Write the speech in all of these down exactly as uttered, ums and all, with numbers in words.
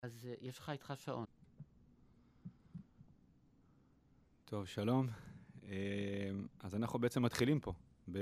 אז uh, יש לך איתך שעון. טוב, שלום. אז אנחנו בעצם מתחילים פה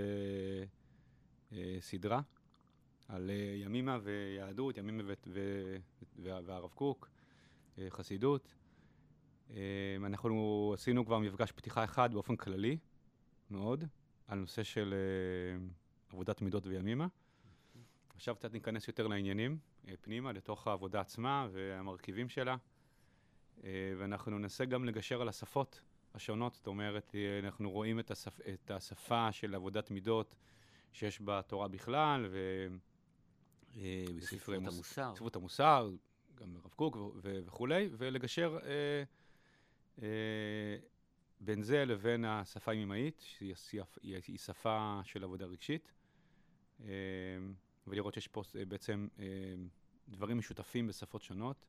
בסדרה על ימימה ויהדות, ימימה והרב קוק, חסידות. אנחנו עשינו כבר מפגש פתיחה אחד באופן כללי מאוד, על נושא של עבודת מידות וימימה. עכשיו קצת ניכנס יותר לעניינים, פנימה, לתוך העבודה עצמה והמרכיבים שלה. ואנחנו ננסה גם לגשר על השפות השונות, זאת אומרת, אנחנו רואים את, השפ... את השפה של עבודת מידות שיש בתורה בכלל, ובספרות מוס... המוסר. בספרות המוסר, גם ברב קוק ו... ו... וכולי, ולגשר אה, אה, בין זה לבין השפה הימימאית, שהיא היא שפה של עבודה רגשית, אה, ולראות שיש פה בעצם אה, דברים משותפים בשפות שונות.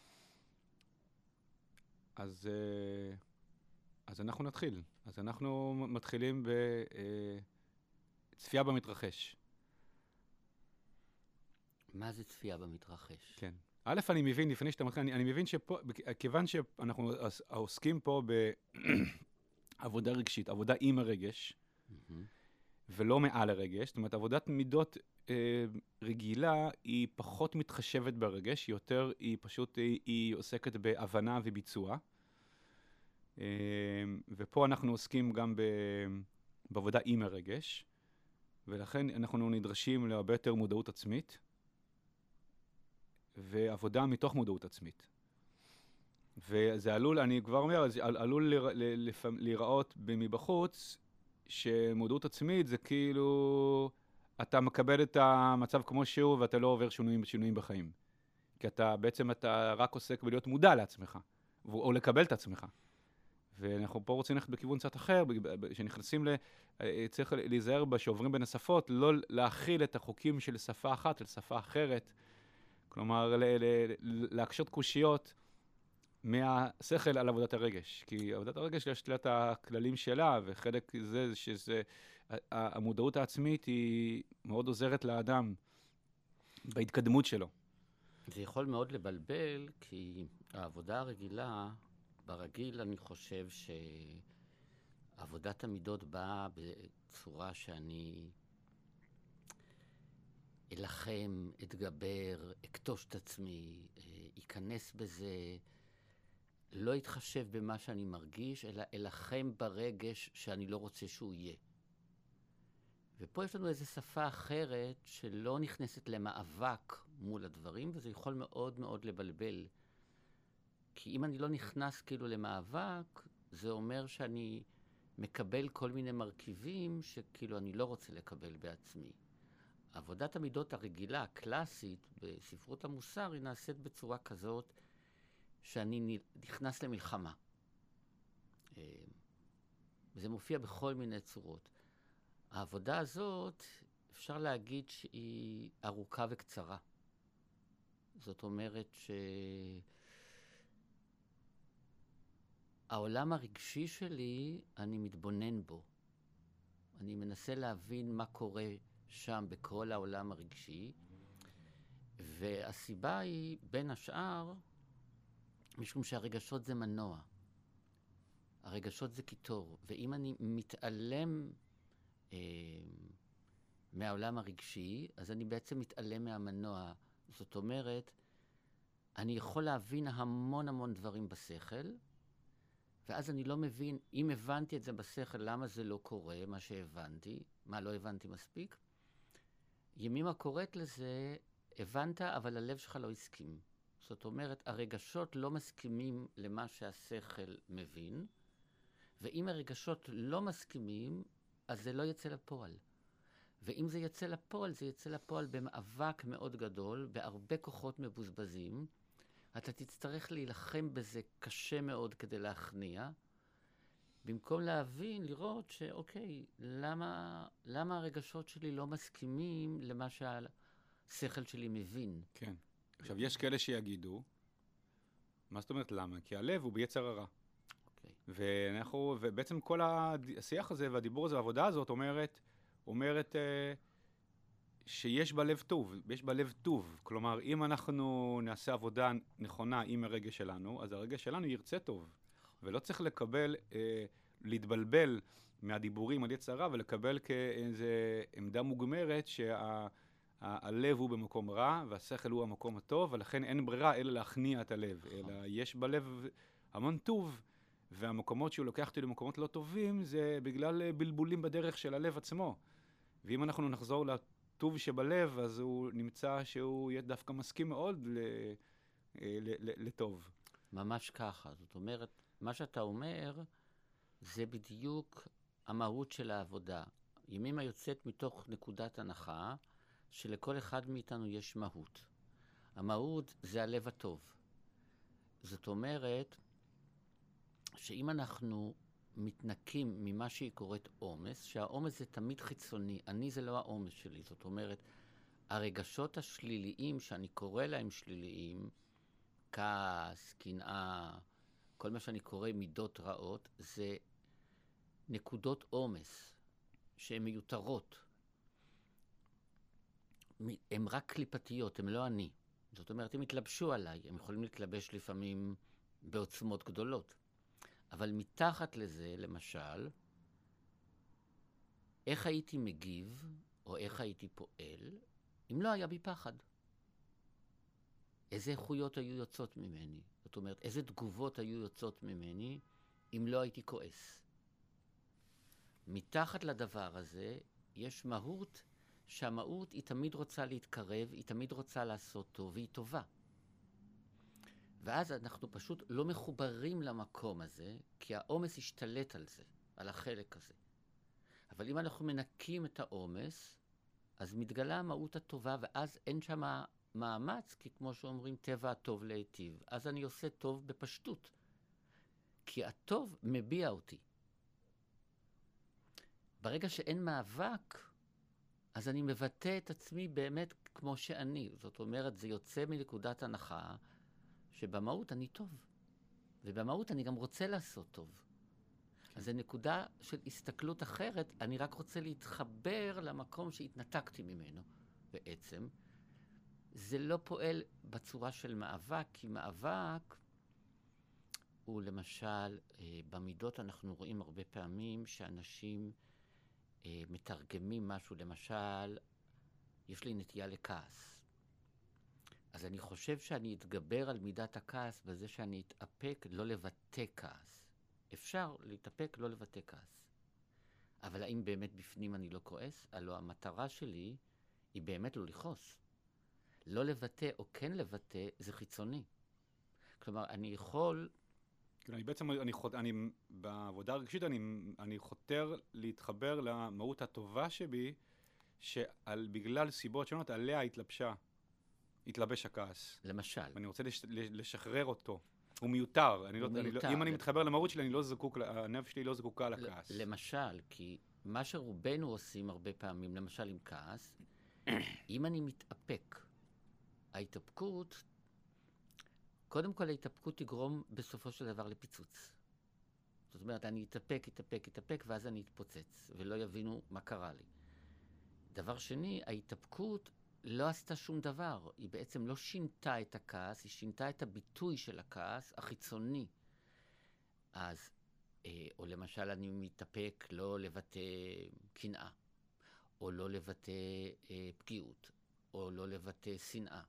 אז... אה, אז אנחנו נתחיל. אז אנחנו מתחילים בצפייה במתרחש. מה זה צפייה במתרחש? כן. א', אני מבין, לפני שאתה מתחיל, אני, אני מבין שפה, כיוון שאנחנו עוסקים פה בעבודה רגשית, עבודה עם הרגש, mm-hmm. ולא מעל הרגש, זאת אומרת, עבודת מידות אה, רגילה היא פחות מתחשבת ברגש, יותר היא פשוט, היא, היא עוסקת בהבנה וביצוע. ופה אנחנו עוסקים גם בעבודה עם הרגש, ולכן אנחנו נדרשים להרבה יותר מודעות עצמית, ועבודה מתוך מודעות עצמית. וזה עלול, אני כבר אומר, זה עלול להיראות מבחוץ, שמודעות עצמית זה כאילו, אתה מקבל את המצב כמו שהוא, ואתה לא עובר שינויים, שינויים בחיים. כי אתה, בעצם אתה רק עוסק בלהיות מודע לעצמך, או לקבל את עצמך. ואנחנו פה רוצים ללכת בכיוון קצת אחר, שנכנסים ל... צריך להיזהר שעוברים בין השפות, לא להכיל את החוקים של שפה אחת לשפה אחרת, כלומר, להקשות קושיות מהשכל על עבודת הרגש. כי עבודת הרגש יש לה את הכללים שלה, וחלק זה שזה... המודעות העצמית היא מאוד עוזרת לאדם בהתקדמות שלו. זה יכול מאוד לבלבל, כי העבודה הרגילה... ברגיל אני חושב שעבודת המידות באה בצורה שאני אלחם, אתגבר, אכתוש את עצמי, אכנס בזה, לא אתחשב במה שאני מרגיש, אלא אלחם ברגש שאני לא רוצה שהוא יהיה. ופה יש לנו איזו שפה אחרת שלא נכנסת למאבק מול הדברים, וזה יכול מאוד מאוד לבלבל. כי אם אני לא נכנס כאילו למאבק, זה אומר שאני מקבל כל מיני מרכיבים שכאילו אני לא רוצה לקבל בעצמי. עבודת המידות הרגילה, הקלאסית, בספרות המוסר, היא נעשית בצורה כזאת שאני נכנס למלחמה. זה מופיע בכל מיני צורות. העבודה הזאת, אפשר להגיד שהיא ארוכה וקצרה. זאת אומרת ש... העולם הרגשי שלי, אני מתבונן בו. אני מנסה להבין מה קורה שם בכל העולם הרגשי, והסיבה היא, בין השאר, משום שהרגשות זה מנוע. הרגשות זה קיטור, ואם אני מתעלם אה, מהעולם הרגשי, אז אני בעצם מתעלם מהמנוע. זאת אומרת, אני יכול להבין המון המון דברים בשכל, ואז אני לא מבין, אם הבנתי את זה בשכל, למה זה לא קורה, מה שהבנתי, מה לא הבנתי מספיק. ימימה קוראת לזה, הבנת, אבל הלב שלך לא הסכים. זאת אומרת, הרגשות לא מסכימים למה שהשכל מבין, ואם הרגשות לא מסכימים, אז זה לא יצא לפועל. ואם זה יצא לפועל, זה יצא לפועל במאבק מאוד גדול, בהרבה כוחות מבוזבזים, אתה תצטרך להילחם בזה קשה מאוד כדי להכניע, במקום להבין, לראות שאוקיי, למה, למה הרגשות שלי לא מסכימים למה שהשכל שלי מבין? כן. עכשיו, יש כאלה שיגידו, מה זאת אומרת למה? כי הלב הוא ביצר הרע. אוקיי. ואנחנו, ובעצם כל השיח הזה והדיבור הזה והעבודה הזאת אומרת, אומרת, שיש בה לב טוב, יש בה לב טוב. כלומר, אם אנחנו נעשה עבודה נכונה עם הרגש שלנו, אז הרגש שלנו ירצה טוב. ולא צריך לקבל, אה, להתבלבל מהדיבורים על יצר הרע, ולקבל כאיזה עמדה מוגמרת שהלב הוא במקום רע, והשכל הוא המקום הטוב, ולכן אין ברירה אלא להכניע את הלב. אלא יש בלב המון טוב, והמקומות שהוא לוקח אותי למקומות לא טובים, זה בגלל בלבולים בדרך של הלב עצמו. ואם אנחנו נחזור לטוב שבלב, אז הוא נמצא שהוא יהיה דווקא מסכים מאוד ל, ל, ל, לטוב. ממש ככה. זאת אומרת, מה שאתה אומר, זה בדיוק המהות של העבודה. ימימה יוצאת מתוך נקודת הנחה, שלכל אחד מאיתנו יש מהות. המהות זה הלב הטוב. זאת אומרת, שאם אנחנו מתנקים ממה שהיא קוראת אומס, שהאומס זה תמיד חיצוני, אני זה לא האומס שלי. זאת אומרת, הרגשות השליליים, שאני קורא להם שליליים, כעס, קנאה, כל מה שאני קורא מידות רעות, זה נקודות אומס שהן מיותרות. הן רק קליפתיות, הן לא אני. זאת אומרת, הם התלבשו עליי, הם יכולים להתלבש לפעמים בעוצמות גדולות. אבל מתחת לזה, למשל, איך הייתי מגיב, או איך הייתי פועל, אם לא היה בי פחד? איזה איכויות היו יוצאות ממני? זאת אומרת, איזה תגובות היו יוצאות ממני, אם לא הייתי כועס? מתחת לדבר הזה, יש מהות, שהמהות היא תמיד רוצה להתקרב, היא תמיד רוצה לעשות טוב, והיא טובה. ואז אנחנו פשוט לא מחוברים למקום הזה, כי האומס השתלט על זה, על החלק הזה. אבל אם אנחנו מנקים את האומס, אז מתגלה המהות הטובה, ואז אין שם מאמץ, כי כמו שאומרים, טבע הטוב להיטיב. אז אני עושה טוב בפשטות, כי הטוב מביע אותי. ברגע שאין מאבק, אז אני מבטא את עצמי באמת כמו שאני. זאת אומרת, זה יוצא מנקודת הנחה, שבמהות אני טוב, ובמהות אני גם רוצה לעשות טוב. כן. אז זו נקודה של הסתכלות אחרת, אני רק רוצה להתחבר למקום שהתנתקתי ממנו בעצם. זה לא פועל בצורה של מאבק, כי מאבק הוא למשל, אה, במידות אנחנו רואים הרבה פעמים שאנשים אה, מתרגמים משהו, למשל, יש לי נטייה לכעס. אז אני חושב שאני אתגבר על מידת הכעס בזה שאני אתאפק לא לבטא כעס. אפשר להתאפק לא לבטא כעס. אבל האם באמת בפנים אני לא כועס? הלוא המטרה שלי היא באמת לא לכעוס. לא לבטא או כן לבטא זה חיצוני. כלומר, אני יכול... אני בעצם, אני, אני, בעבודה הרגשית, אני, אני חותר להתחבר למהות הטובה שבי, שעל, בגלל סיבות שונות, עליה התלבשה. התלבש הכעס. למשל. ואני רוצה לש, לשחרר אותו. הוא מיותר. אני הוא לא, מיותר. אני לא, אם אני מתחבר למהות שלי, אני לא זקוק, הנפש שלי לא זקוקה לכעס. למשל, כי מה שרובנו עושים הרבה פעמים, למשל עם כעס, אם אני מתאפק, ההתאפקות, קודם כל ההתאפקות תגרום בסופו של דבר לפיצוץ. זאת אומרת, אני אתאפק, אתאפק, אתאפק, ואז אני אתפוצץ, ולא יבינו מה קרה לי. דבר שני, ההתאפקות לא עשתה שום דבר. היא בעצם לא שינתה את הכעס, היא שינתה את הביטוי של הכעס החיצוני. אז, אה, או למשל אני מתאפק לא לבטא קנאה, או לא לבטא אה, פגיעות, או לא לבטא שנאה.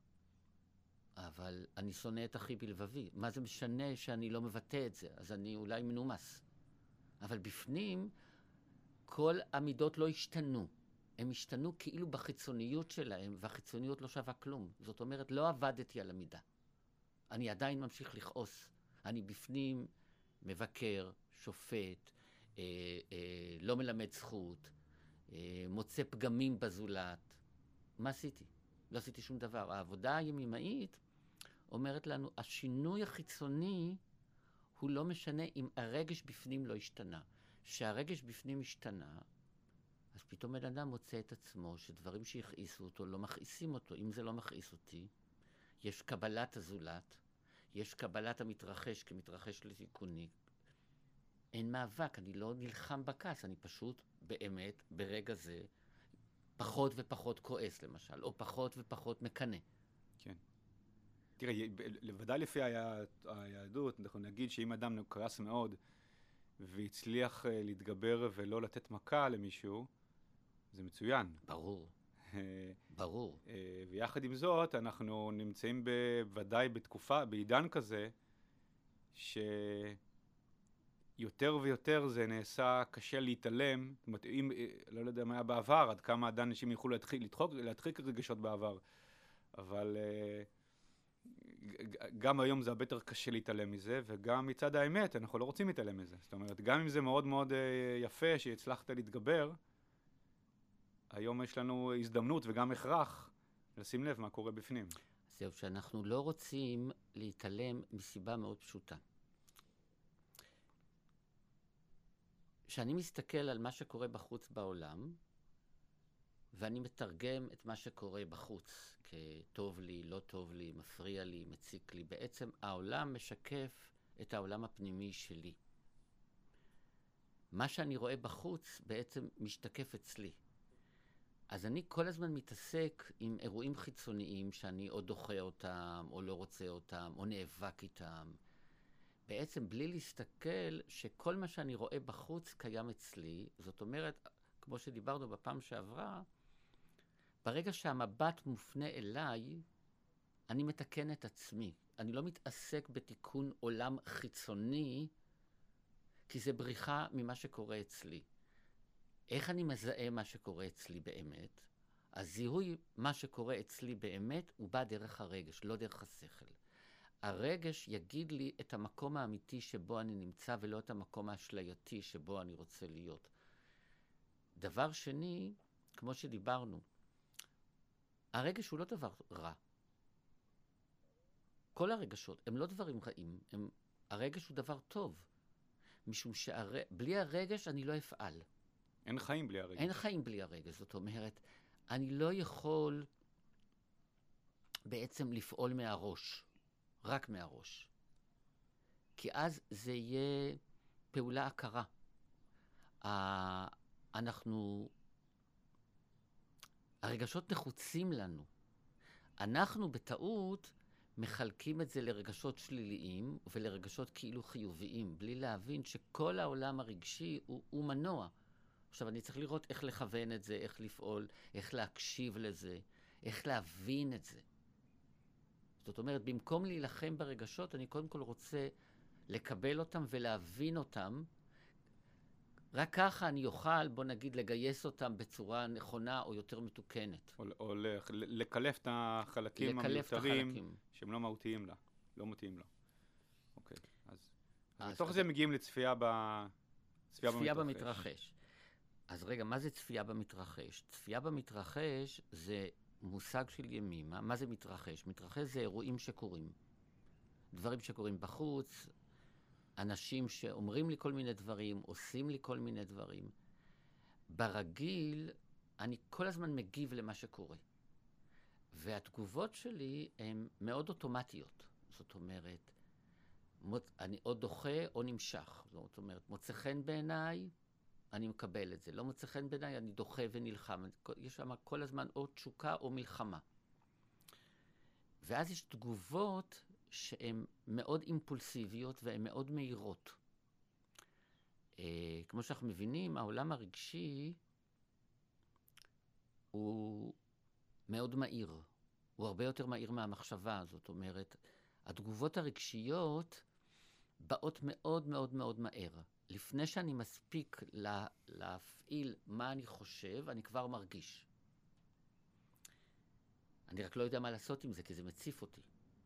אבל אני שונא את אחי בלבבי. מה זה משנה שאני לא מבטא את זה? אז אני אולי מנומס. אבל בפנים, כל המידות לא השתנו. הם השתנו כאילו בחיצוניות שלהם, והחיצוניות לא שווה כלום. זאת אומרת, לא עבדתי על המידה. אני עדיין ממשיך לכעוס. אני בפנים מבקר, שופט, אה, אה, לא מלמד זכות, אה, מוצא פגמים בזולת. מה עשיתי? לא עשיתי שום דבר. העבודה הימימאית אומרת לנו, השינוי החיצוני הוא לא משנה אם הרגש בפנים לא השתנה. שהרגש בפנים השתנה, אז פתאום בן אדם מוצא את עצמו שדברים שהכעיסו אותו לא מכעיסים אותו. אם זה לא מכעיס אותי, יש קבלת הזולת, יש קבלת המתרחש כמתרחש לתיקוני. אין מאבק, אני לא נלחם בכעס, אני פשוט באמת ברגע זה פחות ופחות כועס למשל, או פחות ופחות מקנה. כן. תראה, לבדי לפי היה, היהדות, אנחנו נגיד שאם אדם כועס מאוד, והצליח להתגבר ולא לתת מכה למישהו, זה מצוין. ברור. ברור. ויחד עם זאת, אנחנו נמצאים בוודאי בתקופה, בעידן כזה, שיותר ויותר זה נעשה קשה להתעלם. זאת אומרת, אם, לא יודע מה היה בעבר, עד כמה עדיין אנשים יכולו להתחיל, לדחוק, להדחיק רגשות בעבר. אבל גם היום זה הרבה יותר קשה להתעלם מזה, וגם מצד האמת, אנחנו לא רוצים להתעלם מזה. זאת אומרת, גם אם זה מאוד מאוד יפה שהצלחת להתגבר, היום יש לנו הזדמנות וגם הכרח לשים לב מה קורה בפנים. זהו, שאנחנו לא רוצים להתעלם מסיבה מאוד פשוטה. כשאני מסתכל על מה שקורה בחוץ בעולם, ואני מתרגם את מה שקורה בחוץ, כטוב לי, לא טוב לי, מפריע לי, מציק לי, בעצם העולם משקף את העולם הפנימי שלי. מה שאני רואה בחוץ בעצם משתקף אצלי. אז אני כל הזמן מתעסק עם אירועים חיצוניים שאני או דוחה אותם, או לא רוצה אותם, או נאבק איתם. בעצם בלי להסתכל שכל מה שאני רואה בחוץ קיים אצלי. זאת אומרת, כמו שדיברנו בפעם שעברה, ברגע שהמבט מופנה אליי, אני מתקן את עצמי. אני לא מתעסק בתיקון עולם חיצוני, כי זה בריחה ממה שקורה אצלי. איך אני מזהה מה שקורה אצלי באמת? הזיהוי מה שקורה אצלי באמת הוא בא דרך הרגש, לא דרך השכל. הרגש יגיד לי את המקום האמיתי שבו אני נמצא, ולא את המקום האשלייתי שבו אני רוצה להיות. דבר שני, כמו שדיברנו, הרגש הוא לא דבר רע. כל הרגשות הם לא דברים רעים, הם, הרגש הוא דבר טוב. משום שבלי הרגש אני לא אפעל. אין חיים בלי הרגש. אין חיים בלי הרגש. זאת אומרת, אני לא יכול בעצם לפעול מהראש, רק מהראש. כי אז זה יהיה פעולה הכרה. אנחנו, הרגשות נחוצים לנו. אנחנו בטעות מחלקים את זה לרגשות שליליים ולרגשות כאילו חיוביים, בלי להבין שכל העולם הרגשי הוא, הוא מנוע. עכשיו, אני צריך לראות איך לכוון את זה, איך לפעול, איך להקשיב לזה, איך להבין את זה. זאת אומרת, במקום להילחם ברגשות, אני קודם כל רוצה לקבל אותם ולהבין אותם. רק ככה אני אוכל, בוא נגיד, לגייס אותם בצורה נכונה או יותר מתוקנת. או, או לקלף את החלקים המיותרים שהם לא מהותיים לה, לא מתאים לה. אוקיי, אז, אז בתוך זה מגיעים לצפייה ב... צפייה, צפייה במתרחש. במתרחש. אז רגע, מה זה צפייה במתרחש? צפייה במתרחש זה מושג של ימימה. מה זה מתרחש? מתרחש זה אירועים שקורים. דברים שקורים בחוץ, אנשים שאומרים לי כל מיני דברים, עושים לי כל מיני דברים. ברגיל, אני כל הזמן מגיב למה שקורה. והתגובות שלי הן מאוד אוטומטיות. זאת אומרת, אני או דוחה או נמשך. זאת אומרת, מוצא חן בעיניי, אני מקבל את זה. לא מוצא חן בעיניי, אני דוחה ונלחם. יש שם כל הזמן או תשוקה או מלחמה. ואז יש תגובות שהן מאוד אימפולסיביות והן מאוד מהירות. אה, כמו שאנחנו מבינים, העולם הרגשי הוא מאוד מהיר. הוא הרבה יותר מהיר מהמחשבה. זאת אומרת, התגובות הרגשיות באות מאוד מאוד מאוד מהר. לפני שאני מספיק לה, להפעיל מה אני חושב, אני כבר מרגיש. אני רק לא יודע מה לעשות עם זה, כי זה מציף אותי.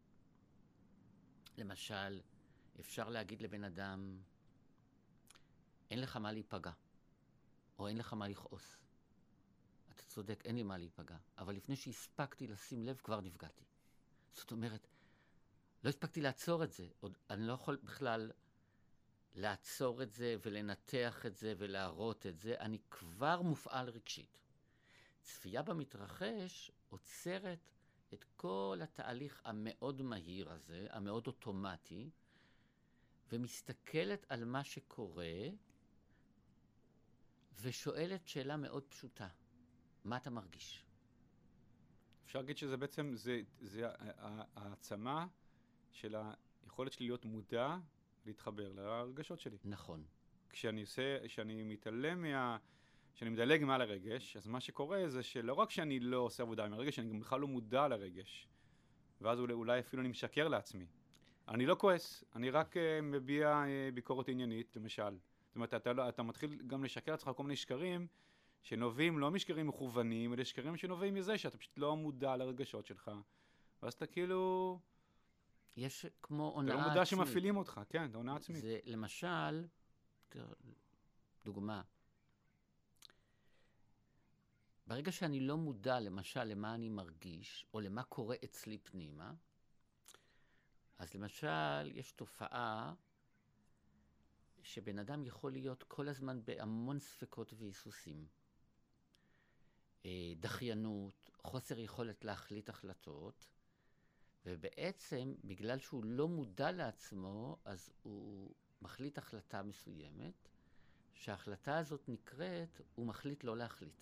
למשל, אפשר להגיד לבן אדם, אין לך מה להיפגע, או אין לך מה לכעוס. אתה צודק, אין לי מה להיפגע. אבל לפני שהספקתי לשים לב, כבר נפגעתי. זאת אומרת, לא הספקתי לעצור את זה. עוד, אני לא יכול בכלל לעצור את זה ולנתח את זה ולהראות את זה. אני כבר מופעל רגשית. צפייה במתרחש עוצרת את כל התהליך המאוד מהיר הזה, המאוד אוטומטי, ומסתכלת על מה שקורה, ושואלת שאלה מאוד פשוטה. מה אתה מרגיש? אפשר להגיד שזה בעצם, זה, זה העצמה של היכולת שלי להיות מודע, להתחבר לרגשות שלי. נכון. כשאני עושה, כשאני מתעלם מה... כשאני מדלג מעל הרגש, אז מה שקורה זה שלא רק שאני לא עושה עבודה עם הרגש, אני גם בכלל לא מודע לרגש. ואז אולי, אולי אפילו אני משקר לעצמי. אני לא כועס, אני רק uh, מביע uh, ביקורת עניינית, למשל. זאת אומרת, אתה, אתה, אתה מתחיל גם לשקר לעצמך כל מיני שקרים, שנובעים, לא משקרים מכוונים, אלא שקרים שנובעים מזה שאתה פשוט לא מודע לרגשות שלך. ואז אתה כאילו... יש כמו הונאה עצמית. אתה לא מודע שמפעילים אותך, כן, זה הונאה עצמית. זה למשל, דוגמה, ברגע שאני לא מודע למשל למה אני מרגיש, או למה קורה אצלי פנימה, אז למשל יש תופעה שבן אדם יכול להיות כל הזמן בהמון ספקות והיסוסים. דחיינות, חוסר יכולת להחליט החלטות, ובעצם בגלל שהוא לא מודע לעצמו, אז הוא מחליט החלטה מסוימת, שההחלטה הזאת נקראת, הוא מחליט לא להחליט.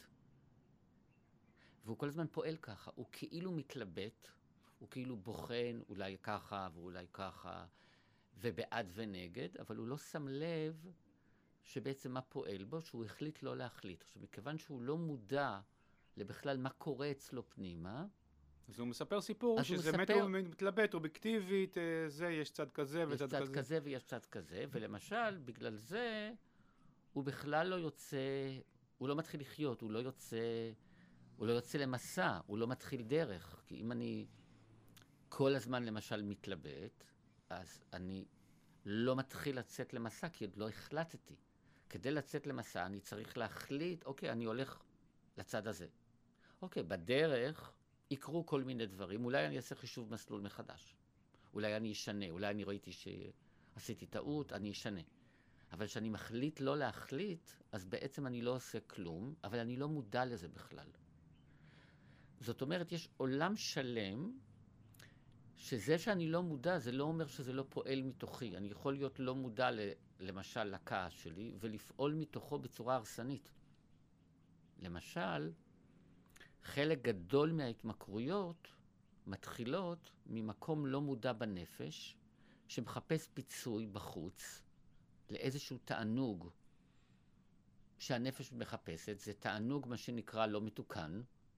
והוא כל הזמן פועל ככה, הוא כאילו מתלבט, הוא כאילו בוחן, אולי ככה ואולי ככה, ובעד ונגד, אבל הוא לא שם לב שבעצם מה פועל בו, שהוא החליט לא להחליט. עכשיו, מכיוון שהוא לא מודע לבכלל מה קורה אצלו פנימה, אז הוא מספר סיפור שזה באמת הוא מתלבט אובייקטיבית, זה, יש צד כזה וצד כזה. יש צד כזה ויש צד כזה, ולמשל, בגלל זה, הוא בכלל לא יוצא, הוא לא מתחיל לחיות, הוא לא יוצא, הוא לא יוצא למסע, הוא לא מתחיל דרך. כי אם אני כל הזמן למשל מתלבט, אז אני לא מתחיל לצאת למסע, כי עוד לא החלטתי. כדי לצאת למסע, אני צריך להחליט, אוקיי, אני הולך לצד הזה. אוקיי, בדרך יקרו כל מיני דברים, אולי אני אעשה חישוב מסלול מחדש. אולי אני אשנה, אולי אני ראיתי שעשיתי טעות, אני אשנה. אבל כשאני מחליט לא להחליט, אז בעצם אני לא עושה כלום, אבל אני לא מודע לזה בכלל. זאת אומרת, יש עולם שלם, שזה שאני לא מודע, זה לא אומר שזה לא פועל מתוכי. אני יכול להיות לא מודע, למשל, לכעס שלי, ולפעול מתוכו בצורה הרסנית. למשל, חלק גדול מההתמכרויות מתחילות ממקום לא מודע בנפש, שמחפש פיצוי בחוץ, לאיזשהו תענוג שהנפש מחפשת, זה תענוג מה שנקרא לא מתוקן,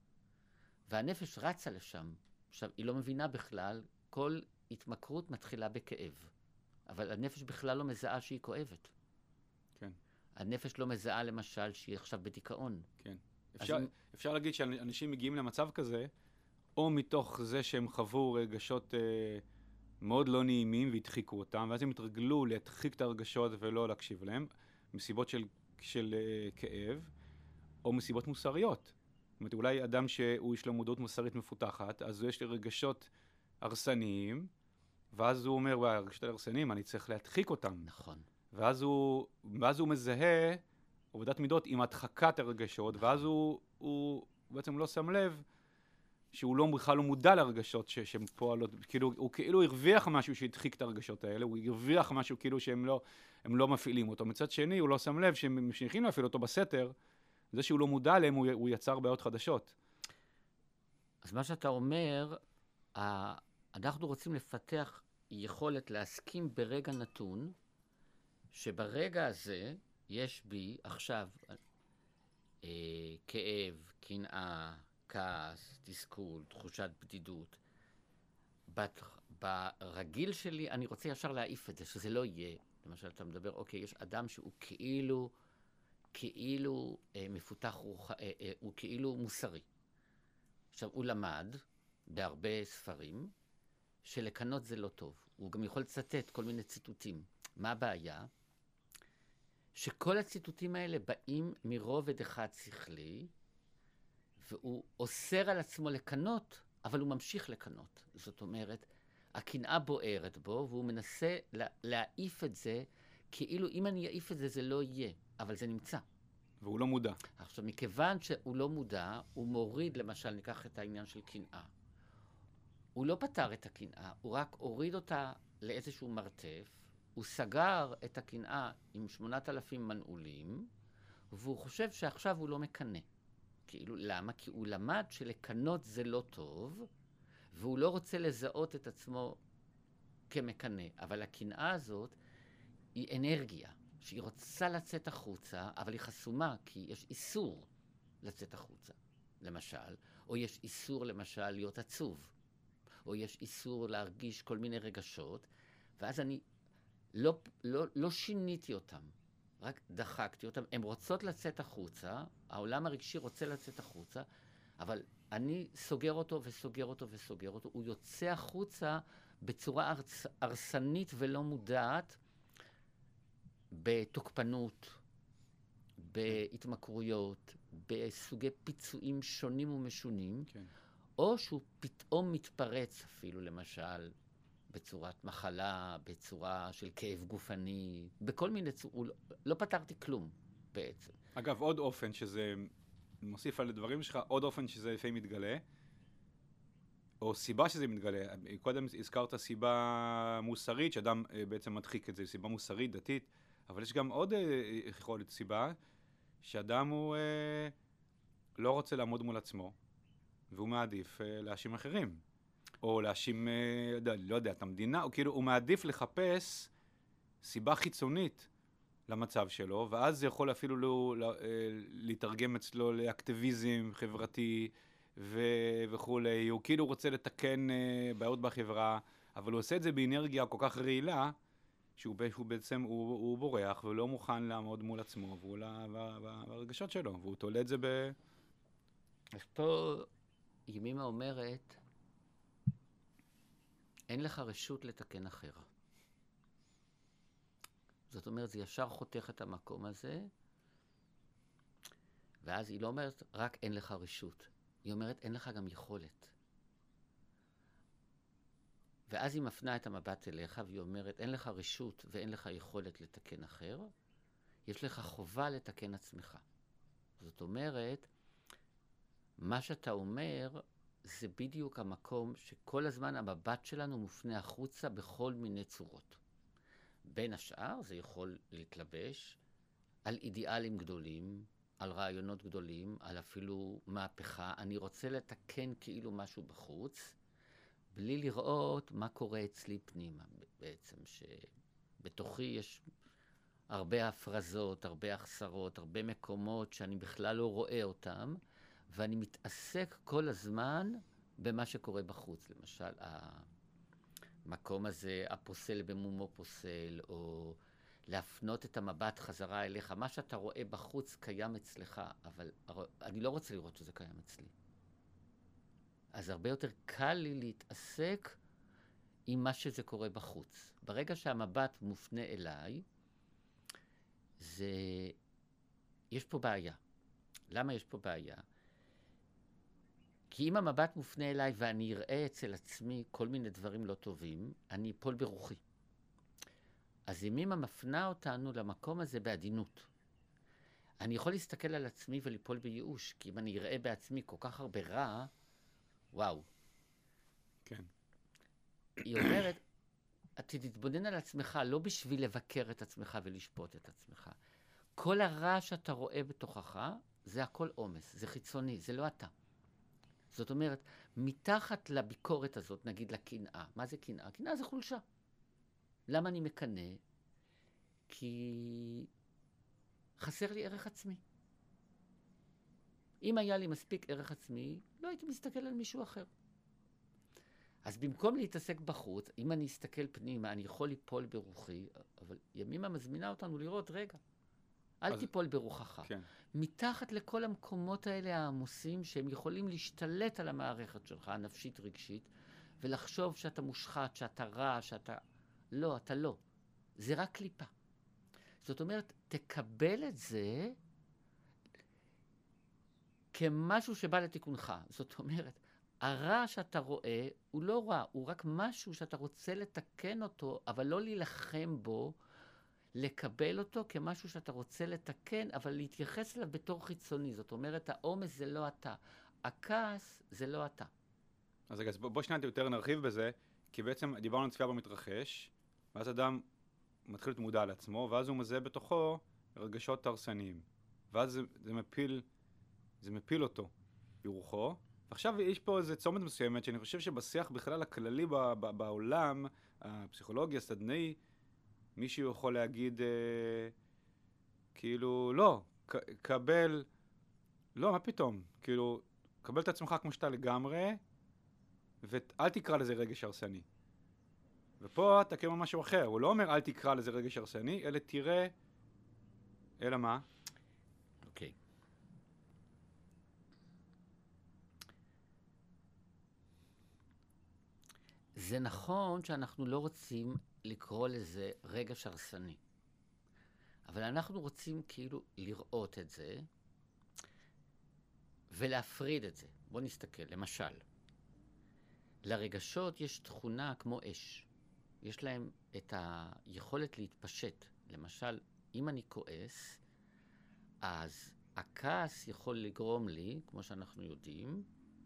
והנפש רצה לשם. עכשיו, היא לא מבינה בכלל, כל התמכרות מתחילה בכאב, אבל הנפש בכלל לא מזהה שהיא כואבת. כן. הנפש לא מזהה למשל שהיא עכשיו בדיכאון. כן. אפשר, אם... אפשר להגיד שאנשים מגיעים למצב כזה, או מתוך זה שהם חוו רגשות אה, מאוד לא נעימים והדחיקו אותם, ואז הם התרגלו להדחיק את הרגשות ולא להקשיב להם, מסיבות של, של אה, כאב, או מסיבות מוסריות. זאת אומרת, אולי אדם שהוא יש לו מודעות מוסרית מפותחת, אז יש לי רגשות הרסניים, ואז הוא אומר, וואי, הרגשות הרסניים, אני צריך להדחיק אותם. נכון. ואז הוא, ואז הוא מזהה עבודת מידות עם הדחקת הרגשות, נכון. ואז הוא, הוא בעצם לא שם לב שהוא לא בכלל לא מודע לרגשות ש, שהן פועלות, כאילו, הוא כאילו הרוויח משהו שהדחיק את הרגשות האלה, הוא הרוויח משהו כאילו שהם לא, הם לא מפעילים אותו. מצד שני, הוא לא שם לב שהם שייכים להפעיל אותו בסתר, זה שהוא לא מודע להם, הוא, הוא יצר בעיות חדשות. אז מה שאתה אומר, אנחנו רוצים לפתח יכולת להסכים ברגע נתון, שברגע הזה יש בי עכשיו אה, כאב, קנאה, כעס, תסכול, תחושת בדידות. בת, ברגיל שלי אני רוצה ישר להעיף את זה, שזה לא יהיה. למשל, אתה מדבר, אוקיי, יש אדם שהוא כאילו, כאילו אה, מפותח רוח, אה, אה, הוא כאילו מוסרי. עכשיו, הוא למד בהרבה ספרים שלקנות זה לא טוב. הוא גם יכול לצטט כל מיני ציטוטים. מה הבעיה? שכל הציטוטים האלה באים מרובד אחד שכלי, והוא אוסר על עצמו לקנות, אבל הוא ממשיך לקנות. זאת אומרת, הקנאה בוערת בו, והוא מנסה לה, להעיף את זה, כאילו אם אני אעיף את זה, זה לא יהיה, אבל זה נמצא. והוא לא מודע. עכשיו, מכיוון שהוא לא מודע, הוא מוריד, למשל, ניקח את העניין של קנאה. הוא לא פתר את הקנאה, הוא רק הוריד אותה לאיזשהו מרתף, הוא סגר את הקנאה עם שמונת אלפים מנעולים, והוא חושב שעכשיו הוא לא מקנה. כאילו, למה? כי הוא למד שלקנות זה לא טוב, והוא לא רוצה לזהות את עצמו כמקנה. אבל הקנאה הזאת היא אנרגיה, שהיא רוצה לצאת החוצה, אבל היא חסומה, כי יש איסור לצאת החוצה, למשל. או יש איסור, למשל, להיות עצוב. או יש איסור להרגיש כל מיני רגשות, ואז אני לא, לא, לא שיניתי אותם, רק דחקתי אותם. הן רוצות לצאת החוצה, העולם הרגשי רוצה לצאת החוצה, אבל אני סוגר אותו וסוגר אותו וסוגר אותו. הוא יוצא החוצה בצורה הרס, הרסנית ולא מודעת, בתוקפנות, בהתמכרויות, בסוגי פיצויים שונים ומשונים, כן. או שהוא פתאום מתפרץ אפילו, למשל, בצורת מחלה, בצורה של כאב גופני, בכל מיני צורות, לא, לא פתרתי כלום בעצם. אגב, עוד אופן שזה מוסיף על הדברים שלך, עוד אופן שזה לפעמים מתגלה, או סיבה שזה מתגלה. קודם הזכרת סיבה מוסרית, שאדם בעצם מדחיק את זה, סיבה מוסרית, דתית, אבל יש גם עוד יכול להיות סיבה, שאדם הוא אה, לא רוצה לעמוד מול עצמו, והוא מעדיף אה, להאשים אחרים. או להאשים, אה, לא יודע, את המדינה, או כאילו הוא מעדיף לחפש סיבה חיצונית למצב שלו, ואז זה יכול אפילו לא, לא, אה, להתרגם אצלו לאקטיביזם חברתי ו- וכולי. הוא כאילו רוצה לתקן אה, בעיות בחברה, אבל הוא עושה את זה באנרגיה כל כך רעילה, שהוא, שהוא בעצם, הוא, הוא בורח ולא מוכן לעמוד מול עצמו, והוא והרגשות שלו, והוא תולה את זה ב... אז פה ימימה אומרת, אין לך רשות לתקן אחר. זאת אומרת, זה ישר חותך את המקום הזה, ואז היא לא אומרת, רק אין לך רשות. היא אומרת, אין לך גם יכולת. ואז היא מפנה את המבט אליך, והיא אומרת, אין לך רשות ואין לך יכולת לתקן אחר, יש לך חובה לתקן עצמך. זאת אומרת, מה שאתה אומר, זה בדיוק המקום שכל הזמן המבט שלנו מופנה החוצה בכל מיני צורות. בין השאר זה יכול להתלבש על אידיאלים גדולים, על רעיונות גדולים, על אפילו מהפכה. אני רוצה לתקן כאילו משהו בחוץ, בלי לראות מה קורה אצלי פנימה בעצם, שבתוכי יש הרבה הפרזות, הרבה החסרות, הרבה מקומות שאני בכלל לא רואה אותם, ואני מתעסק כל הזמן במה שקורה בחוץ. למשל, המקום הזה, הפוסל במומו פוסל, או להפנות את המבט חזרה אליך. מה שאתה רואה בחוץ קיים אצלך, אבל אני לא רוצה לראות שזה קיים אצלי. אז הרבה יותר קל לי להתעסק עם מה שזה קורה בחוץ. ברגע שהמבט מופנה אליי, זה... יש פה בעיה. למה יש פה בעיה? כי אם המבט מופנה אליי ואני אראה אצל עצמי כל מיני דברים לא טובים, אני אפול ברוחי. אז ימימה מפנה אותנו למקום הזה בעדינות. אני יכול להסתכל על עצמי וליפול בייאוש, כי אם אני אראה בעצמי כל כך הרבה רע, וואו. כן. היא אומרת, אתה תתבונן על עצמך לא בשביל לבקר את עצמך ולשפוט את עצמך. כל הרע שאתה רואה בתוכך, זה הכל עומס, זה חיצוני, זה לא אתה. זאת אומרת, מתחת לביקורת הזאת, נגיד לקנאה, מה זה קנאה? קנאה זה חולשה. למה אני מקנא? כי חסר לי ערך עצמי. אם היה לי מספיק ערך עצמי, לא הייתי מסתכל על מישהו אחר. אז במקום להתעסק בחוץ, אם אני אסתכל פנימה, אני יכול ליפול ברוחי, אבל ימימה מזמינה אותנו לראות, רגע, אל אז... תיפול ברוחך. כן. מתחת לכל המקומות האלה העמוסים, שהם יכולים להשתלט על המערכת שלך, הנפשית רגשית, ולחשוב שאתה מושחת, שאתה רע, שאתה... לא, אתה לא. זה רק קליפה. זאת אומרת, תקבל את זה כמשהו שבא לתיקונך. זאת אומרת, הרע שאתה רואה הוא לא רע, הוא רק משהו שאתה רוצה לתקן אותו, אבל לא להילחם בו, לקבל אותו כמשהו שאתה רוצה לתקן, אבל להתייחס אליו בתור חיצוני. זאת אומרת, העומס זה לא אתה. הכעס זה לא אתה. אז רגע, בוא, בוא שניה יותר נרחיב בזה, כי בעצם דיברנו על צפייה במתרחש, ואז אדם מתחיל להיות מודע על עצמו, ואז הוא מזהה בתוכו רגשות הרסניים. ואז זה, זה מפיל זה מפיל אותו ברוחו. ועכשיו יש פה איזה צומת מסוימת, שאני חושב שבשיח בכלל הכללי ב- ב- בעולם, הפסיכולוגיה, הסדנאי, מישהו יכול להגיד, אה, כאילו, לא, ק- קבל, לא, מה פתאום? כאילו, קבל את עצמך כמו שאתה לגמרי, ואל תקרא לזה רגש הרסני. ופה אתה כאילו משהו אחר, הוא לא אומר אל תקרא לזה רגש הרסני, אלא תראה, אלא מה? אוקיי. זה נכון שאנחנו לא רוצים לקרוא לזה רגש הרסני, אבל אנחנו רוצים כאילו לראות את זה ולהפריד את זה. בוא נסתכל, למשל, לרגשות יש תכונה כמו אש. יש להם את היכולת להתפשט. למשל, אם אני כועס, אז הכעס יכול לגרום לי, כמו שאנחנו יודעים,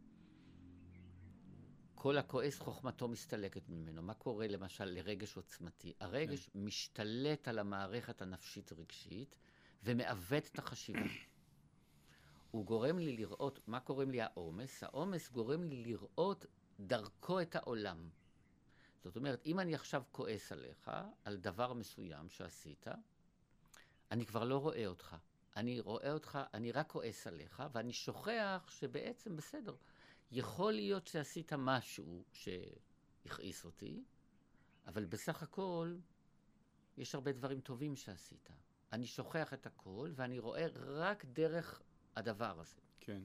כל הכועס חוכמתו מסתלקת ממנו. מה קורה למשל לרגש עוצמתי? הרגש כן. משתלט על המערכת הנפשית רגשית ומעוות את החשיבה. הוא גורם לי לראות, מה קוראים לי העומס? העומס גורם לי לראות דרכו את העולם. זאת אומרת, אם אני עכשיו כועס עליך, על דבר מסוים שעשית, אני כבר לא רואה אותך. אני רואה אותך, אני רק כועס עליך, ואני שוכח שבעצם בסדר. יכול להיות שעשית משהו שהכעיס אותי, אבל בסך הכל יש הרבה דברים טובים שעשית. אני שוכח את הכל, ואני רואה רק דרך הדבר הזה. כן.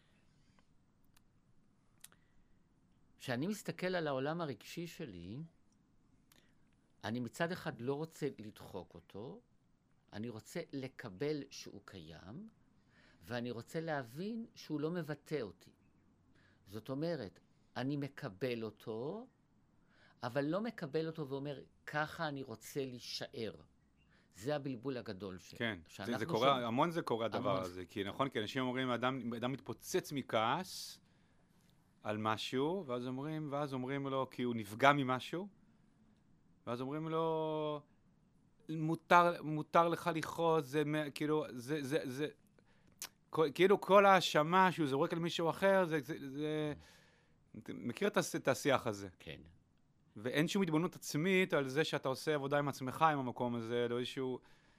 כשאני מסתכל על העולם הרגשי שלי, אני מצד אחד לא רוצה לדחוק אותו, אני רוצה לקבל שהוא קיים, ואני רוצה להבין שהוא לא מבטא אותי. זאת אומרת, אני מקבל אותו, אבל לא מקבל אותו ואומר, ככה אני רוצה להישאר. זה הבלבול הגדול שלנו. כן, זה, זה קורה, שומע... המון זה קורה הדבר המון. הזה, כי נכון, כי אנשים אומרים, אדם, אדם מתפוצץ מכעס על משהו, ואז אומרים, ואז אומרים לו, כי הוא נפגע ממשהו, ואז אומרים לו, מותר, מותר לך לכעוס, זה כאילו, זה, זה, זה, כאילו כל ההאשמה שהוא זורק על מישהו אחר, זה, זה, זה, מכיר את השיח הזה. כן. ואין שום התבוננות עצמית על זה שאתה עושה עבודה עם עצמך עם המקום הזה, לא איזשהו...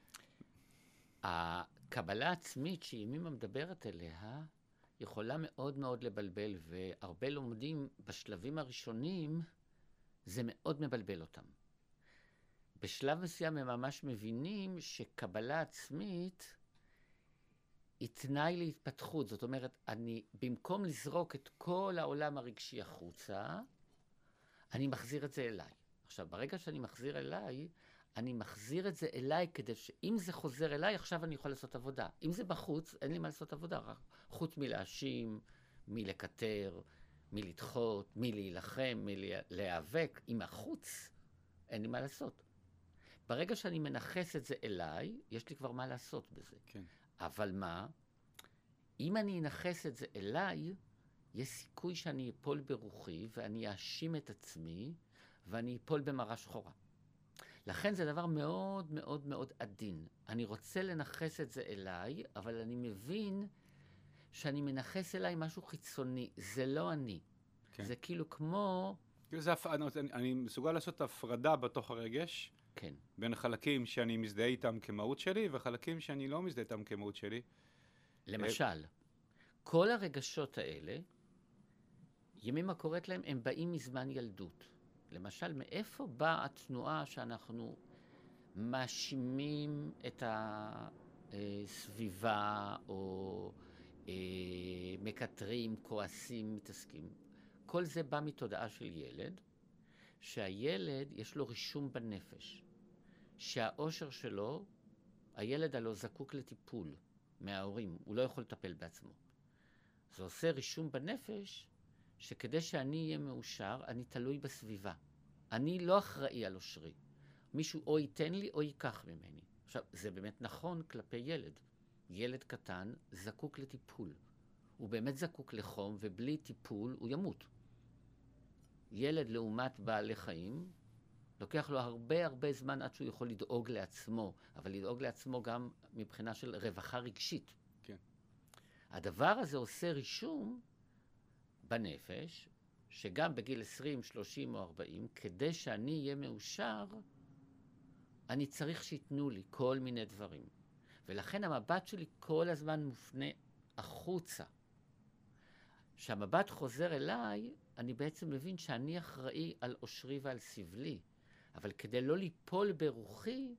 הקבלה העצמית שימימה מדברת אליה, יכולה מאוד מאוד לבלבל, והרבה לומדים בשלבים הראשונים, זה מאוד מבלבל אותם. בשלב מסוים הם ממש מבינים שקבלה עצמית היא תנאי להתפתחות. זאת אומרת, אני, במקום לזרוק את כל העולם הרגשי החוצה, אני מחזיר את זה אליי. עכשיו, ברגע שאני מחזיר אליי, אני מחזיר את זה אליי כדי שאם זה חוזר אליי, עכשיו אני יכול לעשות עבודה. אם זה בחוץ, אין לי מה לעשות עבודה. חוץ מלהאשים, מלקטר, מלדחות, מלהילחם, מלהיאבק. עם החוץ, אין לי מה לעשות. ברגע שאני מנחס את זה אליי, יש לי כבר מה לעשות בזה. כן. אבל מה? אם אני אנחס את זה אליי, יש סיכוי שאני אפול ברוחי, ואני אאשים את עצמי, ואני אפול במראה שחורה. לכן זה דבר מאוד מאוד מאוד עדין. אני רוצה לנחס את זה אליי, אבל אני מבין שאני מנחס אליי משהו חיצוני. זה לא אני. כן. זה כאילו כמו... זה, אני, אני מסוגל לעשות הפרדה בתוך הרגש, כן. בין חלקים שאני מזדהה איתם כמהות שלי, וחלקים שאני לא מזדהה איתם כמהות שלי. למשל, כל הרגשות האלה, ימימה קוראת להם, הם באים מזמן ילדות. למשל, מאיפה באה התנועה שאנחנו מאשימים את הסביבה, או מקטרים, כועסים, מתעסקים? כל זה בא מתודעה של ילד, שהילד יש לו רישום בנפש, שהאושר שלו, הילד הלא זקוק לטיפול מההורים, הוא לא יכול לטפל בעצמו. זה עושה רישום בנפש, שכדי שאני אהיה מאושר, אני תלוי בסביבה. אני לא אחראי על אושרי. מישהו או ייתן לי או ייקח ממני. עכשיו, זה באמת נכון כלפי ילד. ילד קטן זקוק לטיפול. הוא באמת זקוק לחום, ובלי טיפול הוא ימות. ילד לעומת בעלי חיים, לוקח לו הרבה הרבה זמן עד שהוא יכול לדאוג לעצמו, אבל לדאוג לעצמו גם מבחינה של רווחה רגשית. כן. הדבר הזה עושה רישום בנפש, שגם בגיל עשרים, שלושים או ארבעים, כדי שאני אהיה מאושר, אני צריך שיתנו לי כל מיני דברים. ולכן המבט שלי כל הזמן מופנה החוצה. כשהמבט חוזר אליי, אני בעצם מבין שאני אחראי על אושרי ועל סבלי. אבל כדי לא ליפול ברוחי,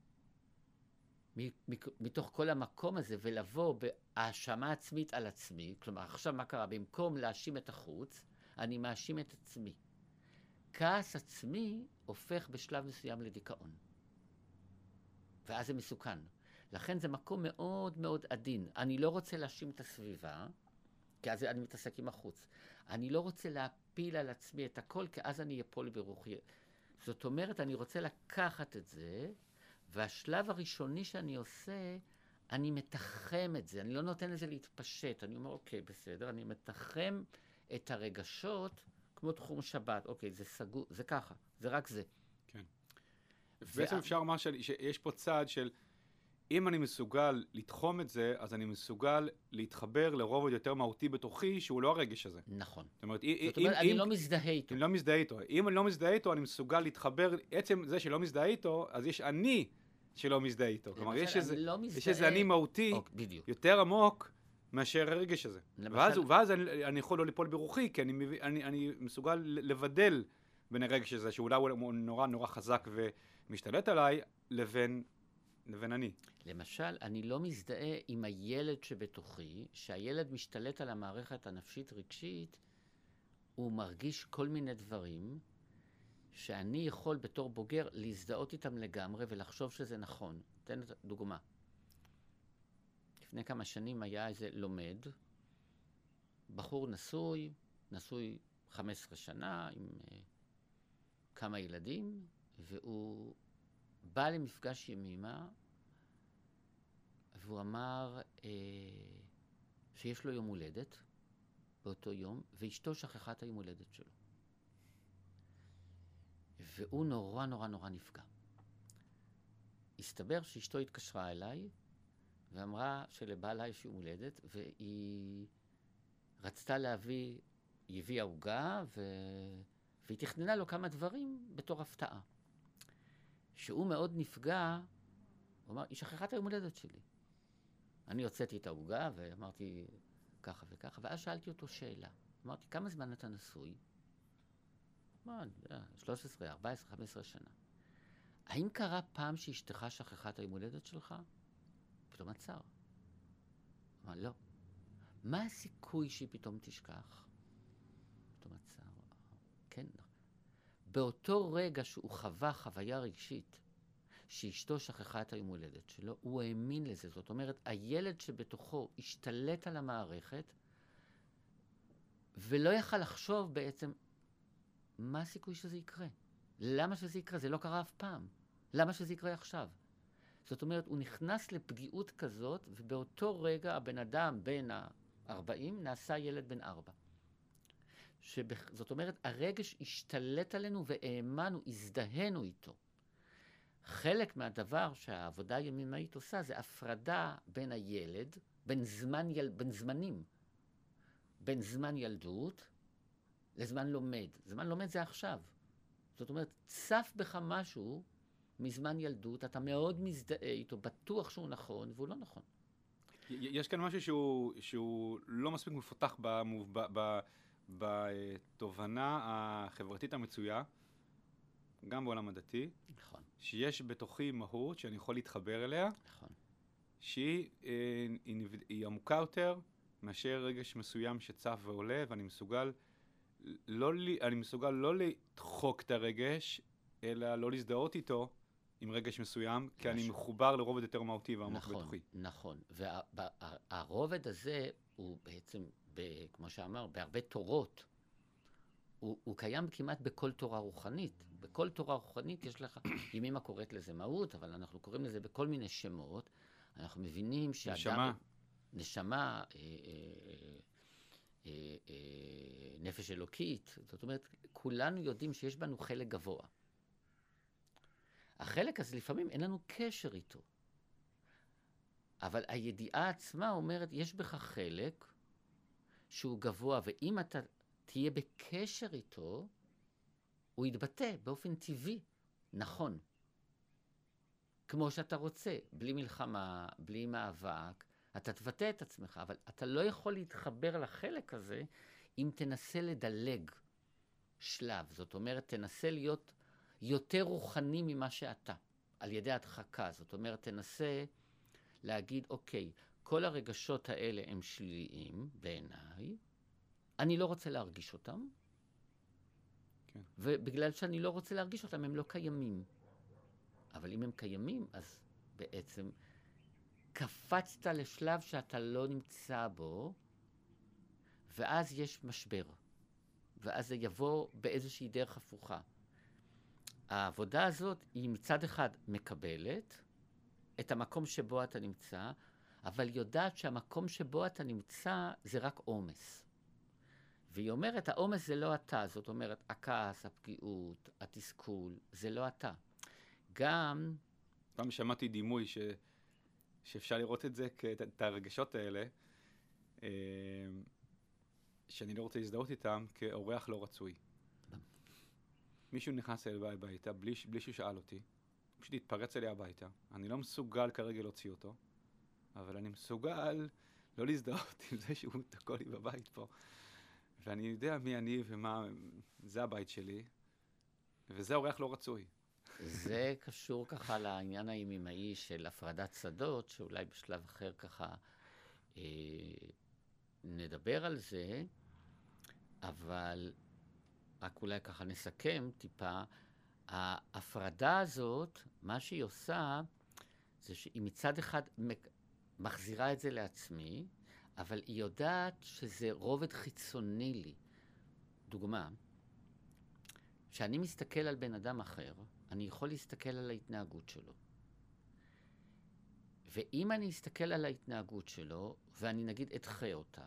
מתוך כל המקום הזה, ולבוא בהאשמה עצמית על עצמי, כלומר, עכשיו מה קרה? במקום להאשים את החוץ, אני מאשים את עצמי. כעס עצמי הופך בשלב מסוים לדיכאון. ואז זה מסוכן. לכן זה מקום מאוד מאוד עדין. אני לא רוצה להאשים את הסביבה, כי אז אני מתעסק עם החוץ. אני לא רוצה להפיל על עצמי את הכל, כי אז אני אפול ברוחי. זאת אומרת, אני רוצה לקחת את זה, והשלב הראשוני שאני עושה, אני מתחם את זה. אני לא נותן לזה להתפשט. אני אומר, אוקיי, בסדר, אני מתחם את הרגשות, כמו תחום שבת. אוקיי, זה סגור, זה ככה, זה רק זה. כן. בעצם אפשר לומר שיש פה צעד של, אם אני מסוגל לתחום את זה, אז אני מסוגל להתחבר לרובד יותר מהותי בתוכי, שהוא לא הרגש הזה. נכון. זאת אומרת, זאת אומרת, אני לא מזדהה איתו. אני לא מזדהה איתו. אם אני לא מזדהה איתו, אני מסוגל להתחבר, עצם זה שלא מזדהה איתו, אז יש אני שלא מזדהה איתו. כלומר, יש איזה אני מהותי יותר עמוק מאשר הרגש הזה. ואז אני יכול לא ליפול ברוחי, כי אני מסוגל לבדל בין הרגש הזה, שאולי הוא נורא נורא חזק ומשתלט עליי, לבין לבין אני. למשל, אני לא מזדהה עם הילד שבתוכי, שהילד משתלט על המערכת הנפשית רגשית, הוא מרגיש כל מיני דברים, שאני יכול בתור בוגר להזדהות איתם לגמרי ולחשוב שזה נכון. תן דוגמה. לפני כמה שנים היה איזה לומד, בחור נשוי, נשוי חמש עשרה שנה, עם uh, כמה ילדים, והוא בא למפגש ימימה, והוא אמר אה, שיש לו יום הולדת באותו יום, ואשתו שכחה את היום הולדת שלו. והוא נורא נורא נורא נפגע. הסתבר שאשתו התקשרה אליי, ואמרה שלבעלה יש יום הולדת, והיא רצתה להביא, היא הביאה עוגה, ו... והיא תכננה לו כמה דברים בתור הפתעה. שהוא מאוד נפגע, הוא אמר, היא שכחה את היום הולדת שלי. אני הוצאתי את העוגה ואמרתי ככה וככה, ואז שאלתי אותו שאלה. אמרתי, כמה זמן אתה נשוי? מה, שלוש עשרה, ארבע עשרה, חמש עשרה שנה. האם קרה פעם שאשתך שכחה את היום הולדת שלך? פתאום עצר. אמר, לא. מה הסיכוי שהיא פתאום תשכח? פתאום עצר. כן, באותו רגע שהוא חווה חוויה רגשית, שאשתו שכחה את היום הולדת שלו, הוא האמין לזה. זאת אומרת, הילד שבתוכו השתלט על המערכת, ולא יכל לחשוב בעצם, מה הסיכוי שזה יקרה? למה שזה יקרה? זה לא קרה אף פעם. למה שזה יקרה עכשיו? זאת אומרת, הוא נכנס לפגיעות כזאת, ובאותו רגע הבן אדם בין ה-ארבעים נעשה ילד בן ארבע. שבח... זאת אומרת, הרגש השתלט עלינו והאמנו, הזדהנו איתו. חלק מהדבר שהעבודה הימימאית עושה זה הפרדה בין הילד, בין, זמן יל... בין זמנים, בין זמן ילדות לזמן לומד. זמן לומד זה עכשיו. זאת אומרת, צף בך משהו מזמן ילדות, אתה מאוד מזדהה איתו, בטוח שהוא נכון, והוא לא נכון. יש כאן משהו שהוא, שהוא לא מספיק מפותח ב... ב... ב... בתובנה החברתית המצויה, גם בעולם הדתי, נכון. שיש בתוכי מהות שאני יכול להתחבר אליה, נכון. שהיא אה, היא, היא עמוקה יותר מאשר רגש מסוים שצף ועולה, ואני מסוגל לא, אני מסוגל לא לדחוק את הרגש, אלא לא להזדהות איתו עם רגש מסוים, כי אני מחובר לרובד יותר מהותי ועמוק נכון, בתוכי. נכון, והרובד הזה הוא בעצם, ב, כמו שאמר, בהרבה תורות, הוא, הוא קיים כמעט בכל תורה רוחנית. בכל תורה רוחנית יש לך, ימימה קוראת לזה מהות, אבל אנחנו קוראים לזה בכל מיני שמות. אנחנו מבינים שאדם... נשמה. נשמה, אה, אה, אה, אה, נפש אלוקית. זאת אומרת, כולנו יודעים שיש בנו חלק גבוה. החלק הזה לפעמים אין לנו קשר איתו. אבל הידיעה עצמה אומרת, יש בך חלק שהוא גבוה, ואם אתה תהיה בקשר איתו, הוא יתבטא באופן טבעי, נכון. כמו שאתה רוצה, בלי מלחמה, בלי מאבק, אתה תבטא את עצמך, אבל אתה לא יכול להתחבר לחלק הזה אם תנסה לדלג שלב. זאת אומרת, תנסה להיות יותר רוחני ממה שאתה, על ידי הדחקה. זאת אומרת, תנסה להגיד, אוקיי, כל הרגשות האלה הם שליליים בעיניי, אני לא רוצה להרגיש אותם, כן. ובגלל שאני לא רוצה להרגיש אותם, הם לא קיימים. אבל אם הם קיימים, אז בעצם קפצת לשלב שאתה לא נמצא בו, ואז יש משבר. ואז זה יבוא באיזושהי דרך הפוכה. העבודה הזאת היא מצד אחד מקבלת את המקום שבו אתה נמצא, אבל יודעת שהמקום שבו אתה נמצא זה רק עומס. והיא אומרת, העומס זה לא אתה, זאת אומרת, הכעס, הפגיעות, התסכול, זה לא אתה. גם... פעם שמעתי דימוי ש... שאפשר לראות את זה, את הרגשות האלה, שאני לא רוצה להזדהות איתם, כאורח לא רצוי. מישהו נכנס אליי הביתה, בלי, בלי שהוא שאל אותי, פשוט התפרץ אליי הביתה. אני לא מסוגל כרגע להוציא אותו, אבל אני מסוגל לא להזדהות עם זה שהוא תקוע לי בבית פה. ואני יודע מי אני ומה, זה הבית שלי, וזה אורח לא רצוי. זה קשור ככה לעניין הימימאי של הפרדת שדות, שאולי בשלב אחר ככה אה, נדבר על זה, אבל רק אולי ככה נסכם טיפה. ההפרדה הזאת, מה שהיא עושה, זה שהיא מצד אחד מחזירה את זה לעצמי, אבל היא יודעת שזה רובד חיצוני לי. דוגמה, כשאני מסתכל על בן אדם אחר, אני יכול להסתכל על ההתנהגות שלו. ואם אני אסתכל על ההתנהגות שלו, ואני נגיד אדחה אותה,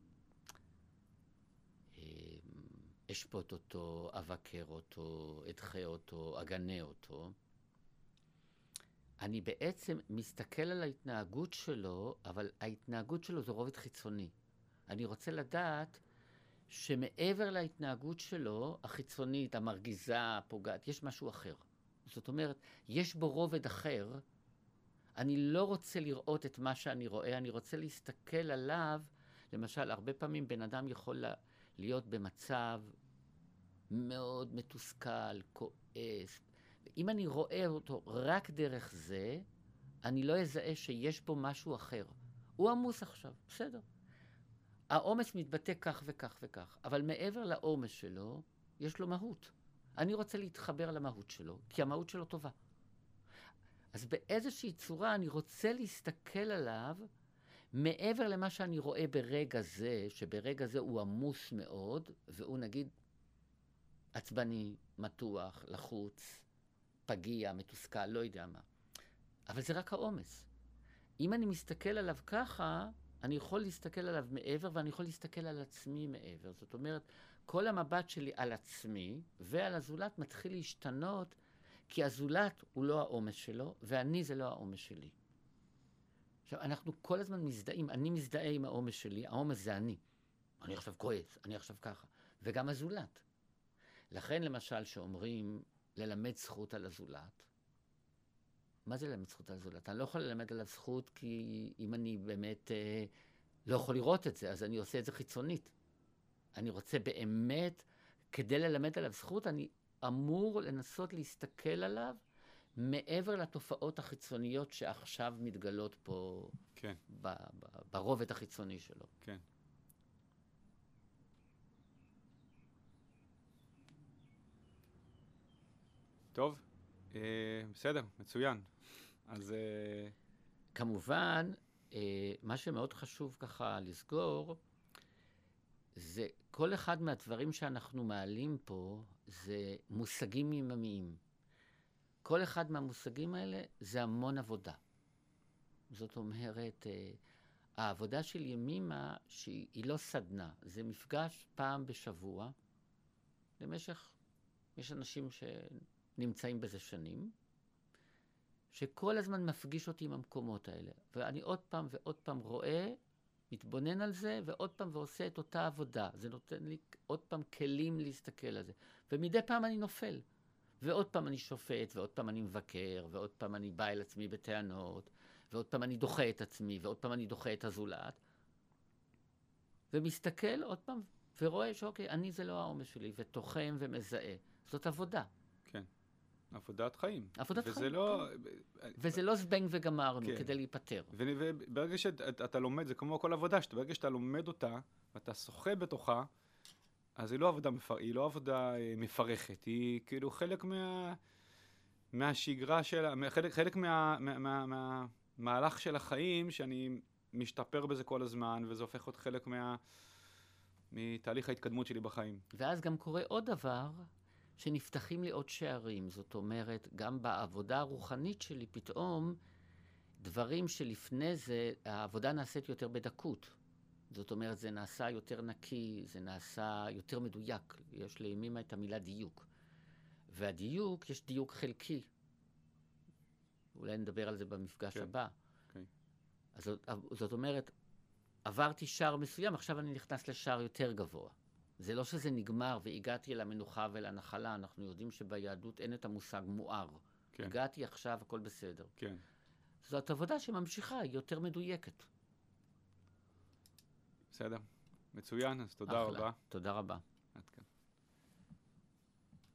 אשפוט אותו, אבקר אותו, אדחה אותו, אגנה אותו, אני בעצם מסתכל על ההתנהגות שלו, אבל ההתנהגות שלו זה רובד חיצוני. אני רוצה לדעת שמעבר להתנהגות שלו, החיצונית, המרגיזה, הפוגעת, יש משהו אחר. זאת אומרת, יש בו רובד אחר. אני לא רוצה לראות את מה שאני רואה, אני רוצה להסתכל עליו. למשל, הרבה פעמים בן אדם יכול להיות במצב מאוד מתוסכל, כועס. אם אני רואה אותו רק דרך זה, אני לא אזהה שיש בו משהו אחר. הוא עמוס עכשיו, בסדר. העומס מתבטא כך וכך וכך, אבל מעבר לעומס שלו, יש לו מהות. אני רוצה להתחבר למהות שלו, כי המהות שלו טובה. אז באיזושהי צורה אני רוצה להסתכל עליו, מעבר למה שאני רואה ברגע זה, שברגע זה הוא עמוס מאוד, והוא נגיד עצבני, מתוח, לחוץ, פגיע, מתוסכל, לא יודע מה. אבל זה רק העומס. אם אני מסתכל עליו ככה, אני יכול להסתכל עליו מעבר, ואני יכול להסתכל על עצמי מעבר. זאת אומרת, כל המבט שלי על עצמי ועל הזולת מתחיל להשתנות, כי הזולת הוא לא העומס שלו, ואני זה לא העומס שלי. עכשיו, אנחנו כל הזמן מזדהים, אני מזדהה עם העומס שלי, העומס זה אני. אני עכשיו כועס, אני עכשיו ככה. וגם הזולת. לכן, למשל, שאומרים ללמד זכות על הזולת, מה זה ללמד זכות על הזולת? אני לא יכול ללמד עליו זכות, כי אם אני באמת אה, לא יכול לראות את זה, אז אני עושה את זה חיצונית. אני רוצה באמת, כדי ללמד עליו זכות, אני אמור לנסות להסתכל עליו, מעבר לתופעות החיצוניות שעכשיו מתגלות פה, כן. ב- ב- ברובד החיצוני שלו. כן. טוב, אה, בסדר, מצוין. אז... אה... כמובן, אה, מה שמאוד חשוב ככה לסגור, זה כל אחד מהדברים שאנחנו מעלים פה, זה מושגים יממיים. כל אחד מהמושגים האלה זה המון עבודה. זאת אומרת, אה, העבודה של ימימה, שהיא לא סדנה, זה מפגש פעם בשבוע, למשך, יש אנשים שנמצאים בזה שנים, שכל הזמן מפגיש אותי עם המקומות האלה. ואני עוד פעם ועוד פעם רואה, מתבונן על זה, ועוד פעם ועושה את אותה עבודה. זה נותן לי עוד פעם כלים להסתכל על זה. ומדי פעם אני נופל. ועוד פעם אני שופט, ועוד פעם אני מבקר, ועוד פעם אני בא אל עצמי בטענות, ועוד פעם אני דוחה את עצמי, ועוד פעם אני דוחה את הזולת. ומסתכל עוד פעם, ורואה שאוקיי, אני זה לא העומס שלי, ותוחם ומזהה. זאת עבודה. כן. עבודת חיים. עבודת וזה חיים, לא... כן. וזה לא זבנג וגמרנו, כן. כדי להיפטר. וברגע שאתה לומד, זה כמו כל עבודה, ברגע שאתה לומד אותה, ואתה שוחה בתוכה, אז היא לא עבודה, מפר... היא לא עבודה מפרכת, היא כאילו חלק מה... מהשגרה שלה, חלק, חלק מה... מה... מה... מה... מהלך של החיים, שאני משתפר בזה כל הזמן, וזה הופך להיות חלק מה... מתהליך ההתקדמות שלי בחיים. ואז גם קורה עוד דבר, שנפתחים לי עוד שערים. זאת אומרת, גם בעבודה הרוחנית שלי פתאום, דברים שלפני זה, העבודה נעשית יותר בדקות. זאת אומרת, זה נעשה יותר נקי, זה נעשה יותר מדויק. יש לימימה את המילה דיוק. והדיוק, יש דיוק חלקי. אולי נדבר על זה במפגש כן. הבא. Okay. אז זאת אומרת, עברתי שער מסוים, עכשיו אני נכנס לשער יותר גבוה. זה לא שזה נגמר והגעתי אל המנוחה ולנחלה, אנחנו יודעים שביהדות אין את המושג מואר. כן. הגעתי עכשיו, הכל בסדר. כן. זאת עבודה שממשיכה, היא יותר מדויקת. בסדר. מצוין, אז תודה אחלה. רבה. תודה רבה.